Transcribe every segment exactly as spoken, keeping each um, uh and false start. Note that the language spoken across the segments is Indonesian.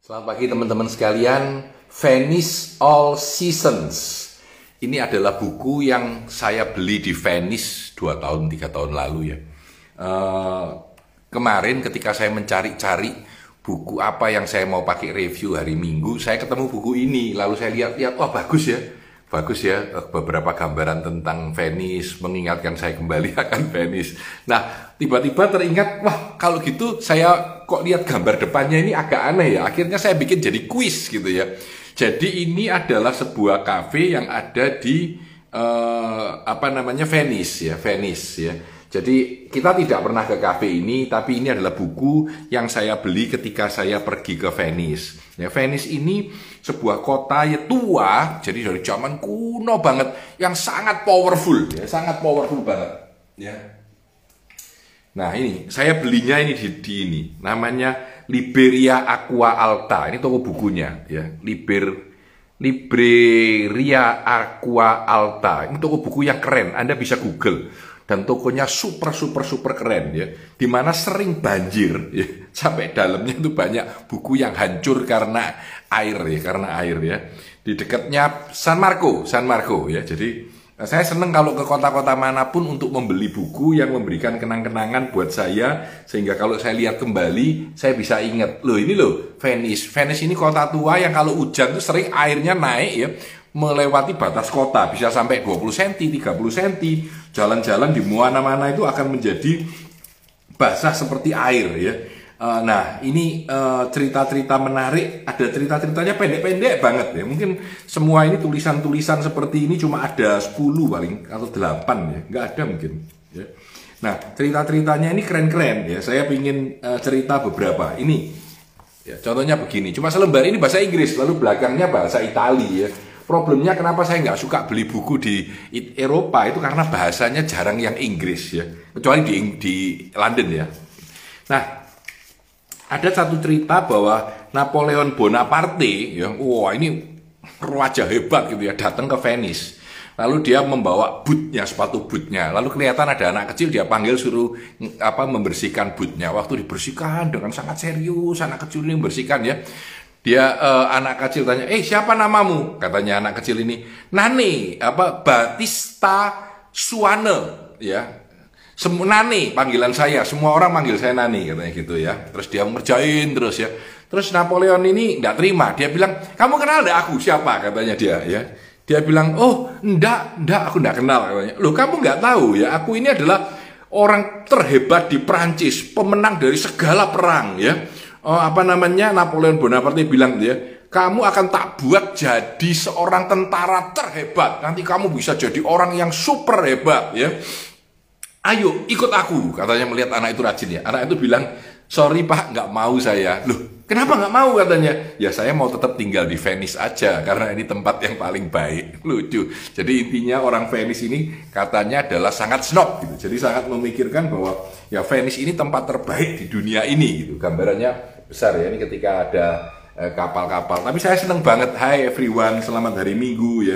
Selamat pagi teman-teman sekalian. Venice All Seasons. Ini adalah buku yang saya beli di Venice dua tahun, tiga tahun lalu ya. Uh, kemarin ketika saya mencari-cari buku apa yang saya mau pakai review hari Minggu, saya ketemu buku ini. Lalu saya lihat-lihat, wah bagus ya. Bagus ya, beberapa gambaran tentang Venice, mengingatkan saya kembali akan Venice. Nah, tiba-tiba teringat, wah kalau gitu saya kok lihat gambar depannya ini agak aneh ya. Akhirnya saya bikin jadi kuis gitu ya. Jadi ini adalah sebuah kafe yang ada di uh, apa namanya Venice ya, Venice ya. Jadi kita tidak pernah ke kafe ini, tapi ini adalah buku yang saya beli ketika saya pergi ke Venice. Ya, Venice ini sebuah kota ya tua, jadi dari zaman kuno banget, yang sangat powerful, ya, sangat powerful banget. Ya. Nah ini saya belinya ini di, di ini, namanya Libreria Acqua Alta. Ini toko bukunya, ya, Liber Libreria Acqua Alta. Ini toko buku yang keren, Anda bisa Google. Dan tokonya super super super keren ya, dimana sering banjir ya, sampai dalamnya itu banyak buku yang hancur karena air ya, karena air ya. Di dekatnya San Marco, San Marco ya. Jadi saya seneng kalau ke kota-kota manapun untuk membeli buku yang memberikan kenang-kenangan buat saya, sehingga kalau saya lihat kembali saya bisa ingat, loh ini loh Venice. Venice ini kota tua yang kalau hujan tuh sering airnya naik ya, melewati batas kota, bisa sampai dua puluh sentimeter, tiga puluh sentimeter. Jalan-jalan di mana-mana itu akan menjadi basah seperti air ya. Nah ini cerita-cerita menarik, ada cerita-ceritanya pendek-pendek banget ya. Mungkin semua ini tulisan-tulisan seperti ini cuma ada sepuluh paling atau delapan ya, nggak ada mungkin ya. Nah cerita-ceritanya ini keren-keren ya. Saya ingin cerita beberapa ini ya, contohnya begini, cuma selembar ini bahasa Inggris, lalu belakangnya bahasa Italia ya. Problemnya kenapa saya nggak suka beli buku di Eropa itu karena bahasanya jarang yang Inggris ya, kecuali di, di London ya. Nah, ada satu cerita bahwa Napoleon Bonaparte ya, wah ini raja hebat gitu ya, datang ke Venice. Lalu dia membawa bootnya, sepatu bootnya. Lalu kelihatan ada anak kecil, dia panggil suruh apa membersihkan bootnya. Waktu dibersihkan dengan sangat serius, anak kecil ini membersihkan ya. Dia uh, anak kecil tanya, eh siapa namamu? Katanya anak kecil ini, Nane, apa Batista Suane, ya. Semua Nane panggilan saya, semua orang manggil saya Nane katanya gitu ya. Terus dia ngerjain terus ya. Terus Napoleon ini nggak terima, dia bilang, kamu kenal enggak aku siapa? Katanya dia ya. Dia bilang, oh enggak, enggak aku enggak kenal katanya. Loh kamu nggak tahu ya, aku ini adalah orang terhebat di Prancis, pemenang dari segala perang ya. Oh, apa namanya Napoleon Bonaparte bilang dia, kamu akan tak buat jadi seorang tentara terhebat. Nanti kamu bisa jadi orang yang super hebat ya. Ayo ikut aku, katanya melihat anak itu rajin ya. Anak itu bilang, sorry pak, nggak mau saya. Loh, kenapa nggak mau katanya? Ya saya mau tetap tinggal di Venice aja karena ini tempat yang paling baik. Lucu. Jadi intinya orang Venice ini katanya adalah sangat snob gitu. Jadi sangat memikirkan bahwa ya Venice ini tempat terbaik di dunia ini gitu. Gambarannya besar ya, ini ketika ada kapal-kapal. Eh, Tapi saya seneng banget. Hai everyone, selamat hari Minggu ya.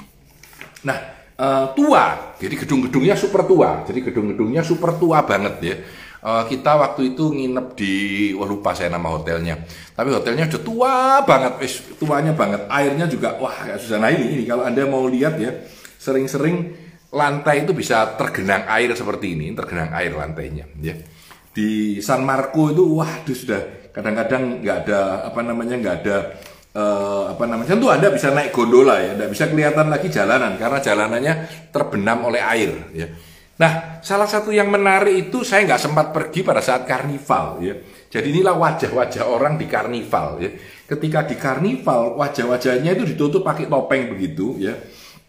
Nah, eh, tua. Jadi gedung-gedungnya super tua. Jadi gedung-gedungnya super tua banget ya. Uh, kita waktu itu nginep di, wah lupa saya nama hotelnya, tapi hotelnya udah tua banget, wis tuanya banget, airnya juga wah kayak susah. Nah ini, ini kalau Anda mau lihat ya, sering-sering lantai itu bisa tergenang air seperti ini, tergenang air lantainya ya. Di San Marco itu wah itu sudah kadang-kadang nggak ada apa namanya nggak ada uh, apa namanya, tentu Anda bisa naik gondola ya, nggak bisa kelihatan lagi jalanan karena jalanannya terbenam oleh air ya. Nah, salah satu yang menarik itu saya nggak sempat pergi pada saat karnival ya. Jadi inilah wajah-wajah orang di karnival ya. Ketika di karnival wajah-wajahnya itu ditutup pakai topeng begitu ya.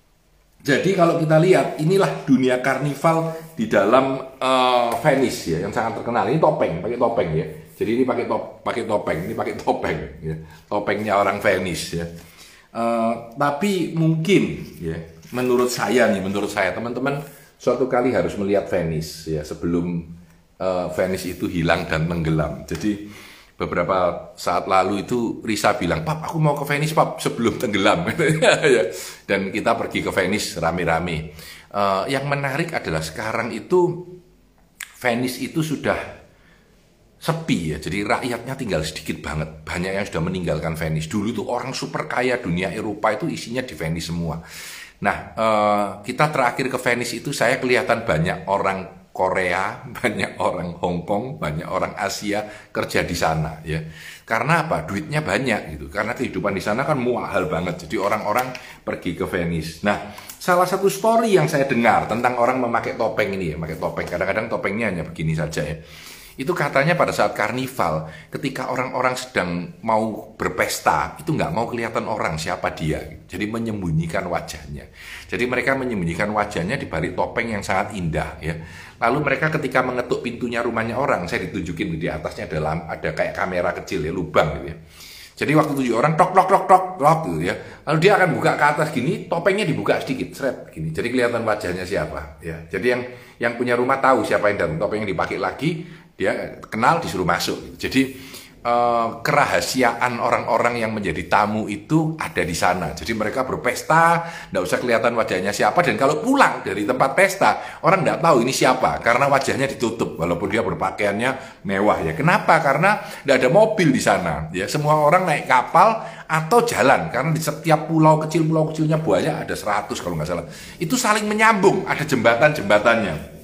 Jadi kalau kita lihat inilah dunia karnival di dalam uh, Venice ya, yang sangat terkenal. Ini topeng, pakai topeng ya. Jadi ini pakai top, pakai topeng, ini pakai topeng ya. Topengnya orang Venice ya. Uh, tapi mungkin ya, menurut saya nih, menurut saya teman-teman suatu kali harus melihat Venice ya sebelum uh, Venice itu hilang dan tenggelam. Jadi beberapa saat lalu itu Risa bilang, "Pap, aku mau ke Venice, Pap, sebelum tenggelam." Dan kita pergi ke Venice rame-rame. Uh, yang menarik adalah sekarang itu Venice itu sudah sepi ya. Jadi rakyatnya tinggal sedikit banget. Banyak yang sudah meninggalkan Venice. Dulu tuh orang super kaya dunia Eropa itu isinya di Venice semua. Nah, eh, kita terakhir ke Venice itu saya kelihatan banyak orang Korea, banyak orang Hong Kong, banyak orang Asia kerja di sana ya. Karena apa? Duitnya banyak gitu. Karena kehidupan di sana kan mahal banget. Jadi orang-orang pergi ke Venice. Nah, salah satu story yang saya dengar tentang orang memakai topeng ini ya, memakai topeng. Kadang-kadang topengnya hanya begini saja ya. Itu katanya pada saat karnival, ketika orang-orang sedang mau berpesta, itu nggak mau kelihatan orang siapa dia. Jadi menyembunyikan wajahnya. Jadi mereka menyembunyikan wajahnya di balik topeng yang sangat indah ya. Lalu mereka ketika mengetuk pintunya rumahnya orang, saya ditunjukin di atasnya ada, ada kayak kamera kecil ya, lubang gitu ya. Jadi waktu tujuh orang tok tok tok tok tok gitu ya. Lalu dia akan buka ke atas gini, topengnya dibuka sedikit, seret gini. Jadi kelihatan wajahnya siapa ya. Jadi yang yang punya rumah tahu siapa yang datang, topeng yang dipakai lagi, dia kenal disuruh masuk. Jadi eh, kerahasiaan orang-orang yang menjadi tamu itu ada di sana. Jadi mereka berpesta, nggak usah kelihatan wajahnya siapa. Dan kalau pulang dari tempat pesta, orang nggak tahu ini siapa karena wajahnya ditutup. Walaupun dia berpakaiannya mewah ya. Kenapa? Karena nggak ada mobil di sana. Ya semua orang naik kapal atau jalan. Karena di setiap pulau kecil pulau kecilnya banyak ada seratus kalau nggak salah. Itu saling menyambung. Ada jembatan-jembatannya.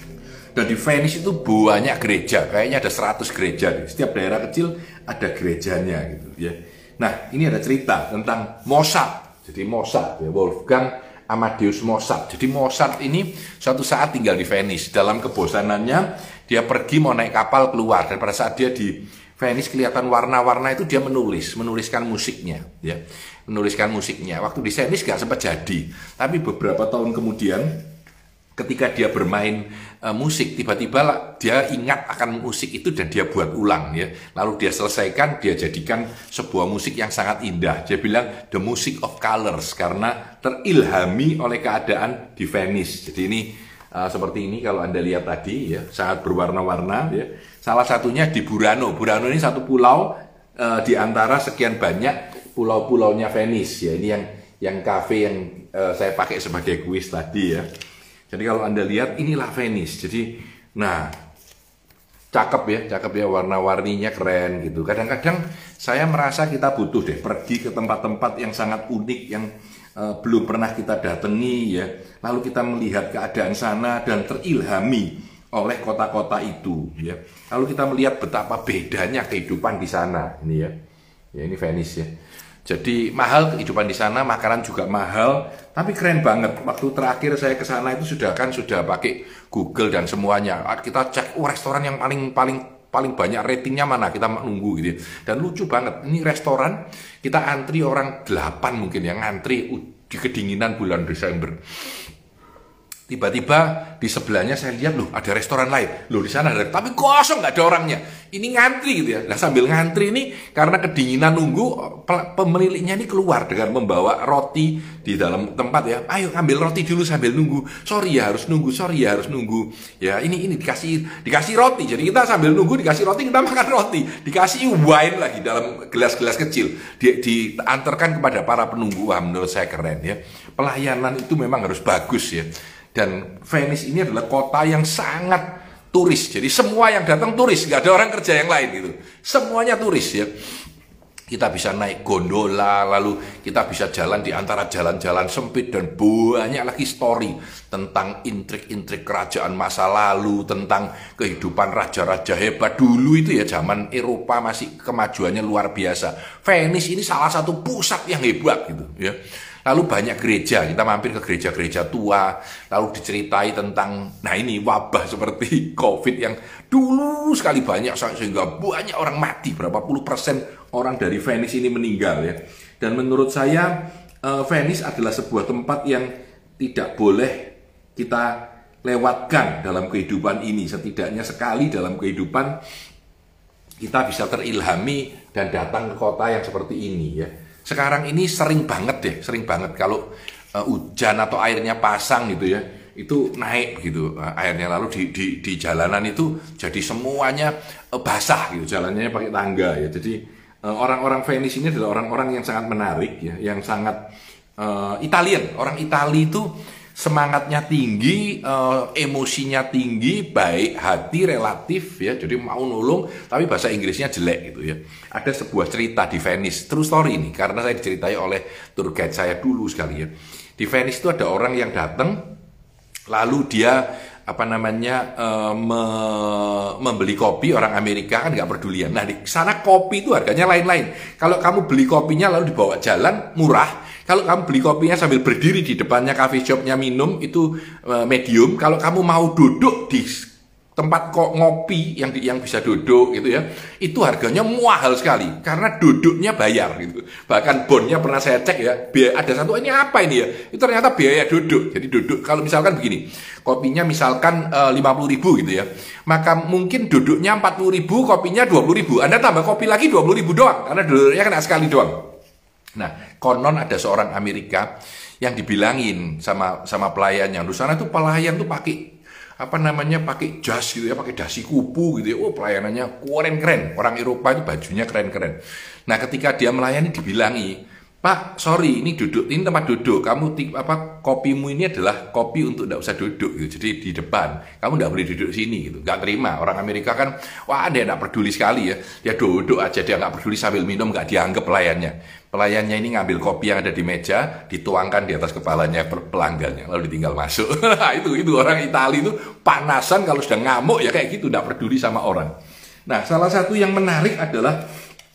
Dan di Venice itu banyak gereja, kayaknya ada seratus gereja. Setiap daerah kecil ada gerejanya gitu ya. Nah, ini ada cerita tentang Mozart. Jadi Mozart ya, Wolfgang Amadeus Mozart. Jadi Mozart ini suatu saat tinggal di Venice. Dalam kebosanannya dia pergi mau naik kapal keluar, dan pada saat dia di Venice kelihatan warna-warna itu dia menulis, menuliskan musiknya ya. Menuliskan musiknya. Waktu di Venice gak sempat jadi, tapi beberapa tahun kemudian ketika dia bermain uh, musik, tiba-tiba dia ingat akan musik itu dan dia buat ulang ya. Lalu dia selesaikan, dia jadikan sebuah musik yang sangat indah. Dia bilang the music of colors karena terilhami oleh keadaan di Venice. Jadi ini uh, seperti ini kalau Anda lihat tadi ya, sangat berwarna-warna ya. Salah satunya di Burano. Burano ini satu pulau uh, di antara sekian banyak pulau-pulaunya Venice ya. Ini yang yang kafe yang uh, saya pakai sebagai kuis tadi ya. Jadi kalau Anda lihat inilah Venice. Jadi nah cakep ya, cakep ya, warna-warninya keren gitu. Kadang-kadang saya merasa kita butuh deh pergi ke tempat-tempat yang sangat unik yang uh, belum pernah kita datangi ya. Lalu kita melihat keadaan sana dan terilhami oleh kota-kota itu ya. Lalu kita melihat betapa bedanya kehidupan di sana ini ya. Ya ini Venice ya. Jadi mahal kehidupan di sana, makanan juga mahal, tapi keren banget. Waktu terakhir saya ke sana itu sudah kan sudah pakai Google dan semuanya. Kita cek oh, restoran yang paling paling paling banyak ratingnya mana, kita nunggu gitu. Dan lucu banget, ini restoran kita antri orang delapan mungkin yang ngantri di kedinginan bulan Desember. Tiba-tiba di sebelahnya saya lihat loh ada restoran lain, loh di sana ada, tapi kosong nggak ada orangnya. Ini ngantri gitu ya. Nah sambil ngantri ini karena kedinginan nunggu, pemiliknya ini keluar dengan membawa roti di dalam tempat ya. Ayo ambil roti dulu sambil nunggu. Sorry ya harus nunggu, sorry ya harus nunggu. Ya ini ini dikasih dikasih roti. Jadi kita sambil nunggu dikasih roti, kita makan roti. Dikasih wine lagi dalam gelas-gelas kecil. Di, diantarkan kepada para penunggu. Wah menurut saya keren ya. Pelayanan itu memang harus bagus ya. Dan Venice ini adalah kota yang sangat turis. Jadi semua yang datang turis, nggak ada orang kerja yang lain gitu. Semuanya turis ya. Kita bisa naik gondola, lalu kita bisa jalan di antara jalan-jalan sempit dan banyak lagi story tentang intrik-intrik kerajaan masa lalu, tentang kehidupan raja-raja hebat dulu itu ya, zaman Eropa masih kemajuannya luar biasa. Venice ini salah satu pusat yang hebat gitu ya. Lalu banyak gereja, kita mampir ke gereja-gereja tua, lalu diceritai tentang, nah ini wabah seperti COVID yang dulu sekali banyak, sehingga banyak orang mati, berapa puluh persen orang dari Venice ini meninggal ya. Dan menurut saya, Venice adalah sebuah tempat yang tidak boleh kita lewatkan dalam kehidupan ini. Setidaknya sekali dalam kehidupan, kita bisa terilhami dan datang ke kota yang seperti ini ya. Sekarang ini sering banget deh, sering banget kalau uh, hujan atau airnya pasang gitu ya, itu naik gitu uh, airnya, lalu di, di, di jalanan itu jadi semuanya uh, basah gitu, jalannya pakai tangga ya. Jadi uh, orang-orang Venice ini adalah orang-orang yang sangat menarik ya, yang sangat uh, Italian. Orang Itali itu semangatnya tinggi, uh, emosinya tinggi, baik hati relatif ya, jadi mau nolong, tapi bahasa Inggrisnya jelek gitu ya. Ada sebuah cerita di Venice, true story ini, karena saya diceritai oleh tour guide saya dulu sekali ya. Di Venice itu ada orang yang datang, lalu dia apa namanya uh, me membeli kopi, orang Amerika kan nggak pedulian. Nah di sana kopi itu harganya lain-lain. Kalau kamu beli kopinya lalu dibawa jalan murah. Kalau kamu beli kopinya sambil berdiri di depannya coffee shopnya minum itu uh, medium. Kalau kamu mau duduk di tempat kok ngopi yang di, yang bisa duduk gitu ya, itu harganya mahal sekali karena duduknya bayar gitu. Bahkan bonnya pernah saya cek ya, biaya ada satu ini apa ini ya, itu ternyata biaya duduk. Jadi duduk kalau misalkan begini, kopinya misalkan e, lima puluh ribu gitu ya, maka mungkin duduknya empat puluh ribu, kopinya dua puluh ribu. Anda tambah kopi lagi dua puluh ribu doang karena duduknya kena sekali doang. Nah, konon ada seorang Amerika yang dibilangin sama sama pelayannya, di sana tuh pelayan tuh pakai apa namanya pakai jas gitu ya, pakai dasi kupu gitu ya. Oh, pelayanannya keren-keren. Orang Eropa itu bajunya keren-keren. Nah, ketika dia melayani dibilangi, "Pak, sorry, ini duduk, ini tempat duduk. Kamu apa kopimu ini adalah kopi untuk tidak usah duduk gitu. Jadi di depan. Kamu tidak boleh duduk sini gitu." Nggak terima. Orang Amerika kan, wah dia tidak peduli sekali ya. Dia duduk aja, dia nggak peduli sambil minum, nggak dianggap pelayannya. Pelayannya ini ngambil kopi yang ada di meja, dituangkan di atas kepalanya pelanggannya, lalu ditinggal masuk. Nah, itu itu orang Italia itu panasan kalau sudah ngamuk ya kayak gitu, tidak peduli sama orang. Nah, salah satu yang menarik adalah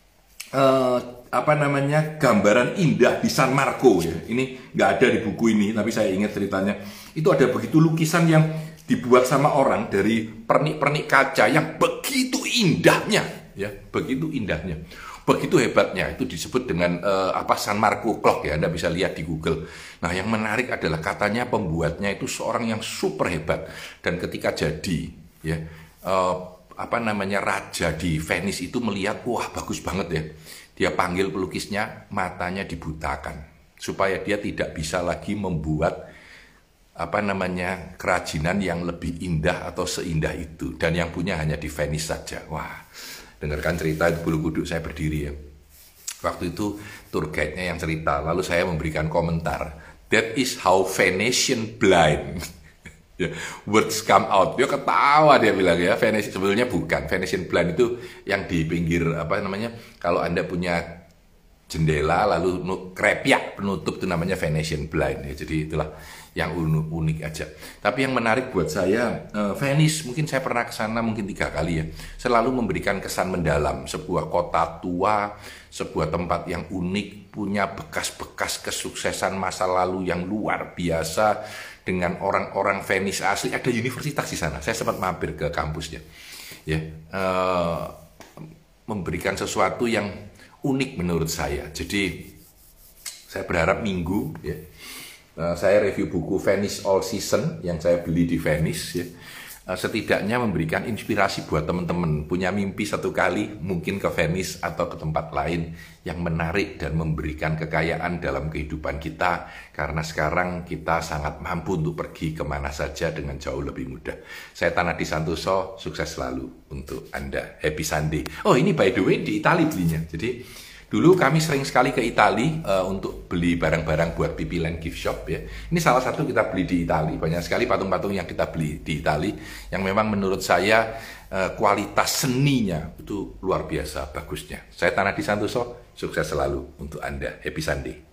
uh, apa namanya gambaran indah di San Marco ya. Ini nggak ada di buku ini, tapi saya ingat ceritanya. Itu ada begitu lukisan yang dibuat sama orang dari pernik-pernik kaca yang begitu indahnya, ya, begitu indahnya. Begitu hebatnya, itu disebut dengan uh, apa San Marco Clock ya, Anda bisa lihat di Google. Nah, yang menarik adalah katanya pembuatnya itu seorang yang super hebat, dan ketika jadi ya uh, apa namanya raja di Venice itu melihat, wah bagus banget ya. Dia panggil pelukisnya, matanya dibutakan supaya dia tidak bisa lagi membuat apa namanya kerajinan yang lebih indah atau seindah itu, dan yang punya hanya di Venice saja. Wah, dengarkan cerita itu bulu kuduk saya berdiri ya. Waktu itu tour guide-nya yang cerita, lalu saya memberikan komentar, "That is how Venetian blind." Ya, words come out. Dia ketawa, dia bilang ya, Venetian sebetulnya bukan. Venetian blind itu yang di pinggir apa namanya? Kalau Anda punya jendela lalu krepyak penutup itu namanya Venetian blind ya. Jadi itulah yang unik aja. Tapi yang menarik buat saya, uh, Venice, mungkin saya pernah ke sana mungkin tiga kali ya, selalu memberikan kesan mendalam. Sebuah kota tua, sebuah tempat yang unik, punya bekas-bekas kesuksesan masa lalu yang luar biasa, dengan orang-orang Venice asli. Ada universitas di sana, saya sempat mampir ke kampusnya ya, uh, memberikan sesuatu yang unik menurut saya. Jadi saya berharap minggu ya, Uh, saya review buku Venice All Season yang saya beli di Venice ya. Uh, setidaknya memberikan inspirasi buat teman-teman punya mimpi satu kali mungkin ke Venice atau ke tempat lain yang menarik dan memberikan kekayaan dalam kehidupan kita, karena sekarang kita sangat mampu untuk pergi kemana saja dengan jauh lebih mudah. Saya Tanadi Santoso, sukses selalu untuk Anda. Happy Sunday. Oh, ini by the way di Italia belinya. Jadi dulu kami sering sekali ke Italia uh, untuk beli barang-barang buat P P Land Gift Shop ya. Ini salah satu kita beli di Italia. Banyak sekali patung-patung yang kita beli di Italia yang memang menurut saya uh, kualitas seninya itu luar biasa bagusnya. Saya Tanadi Santoso, sukses selalu untuk Anda. Happy Sunday.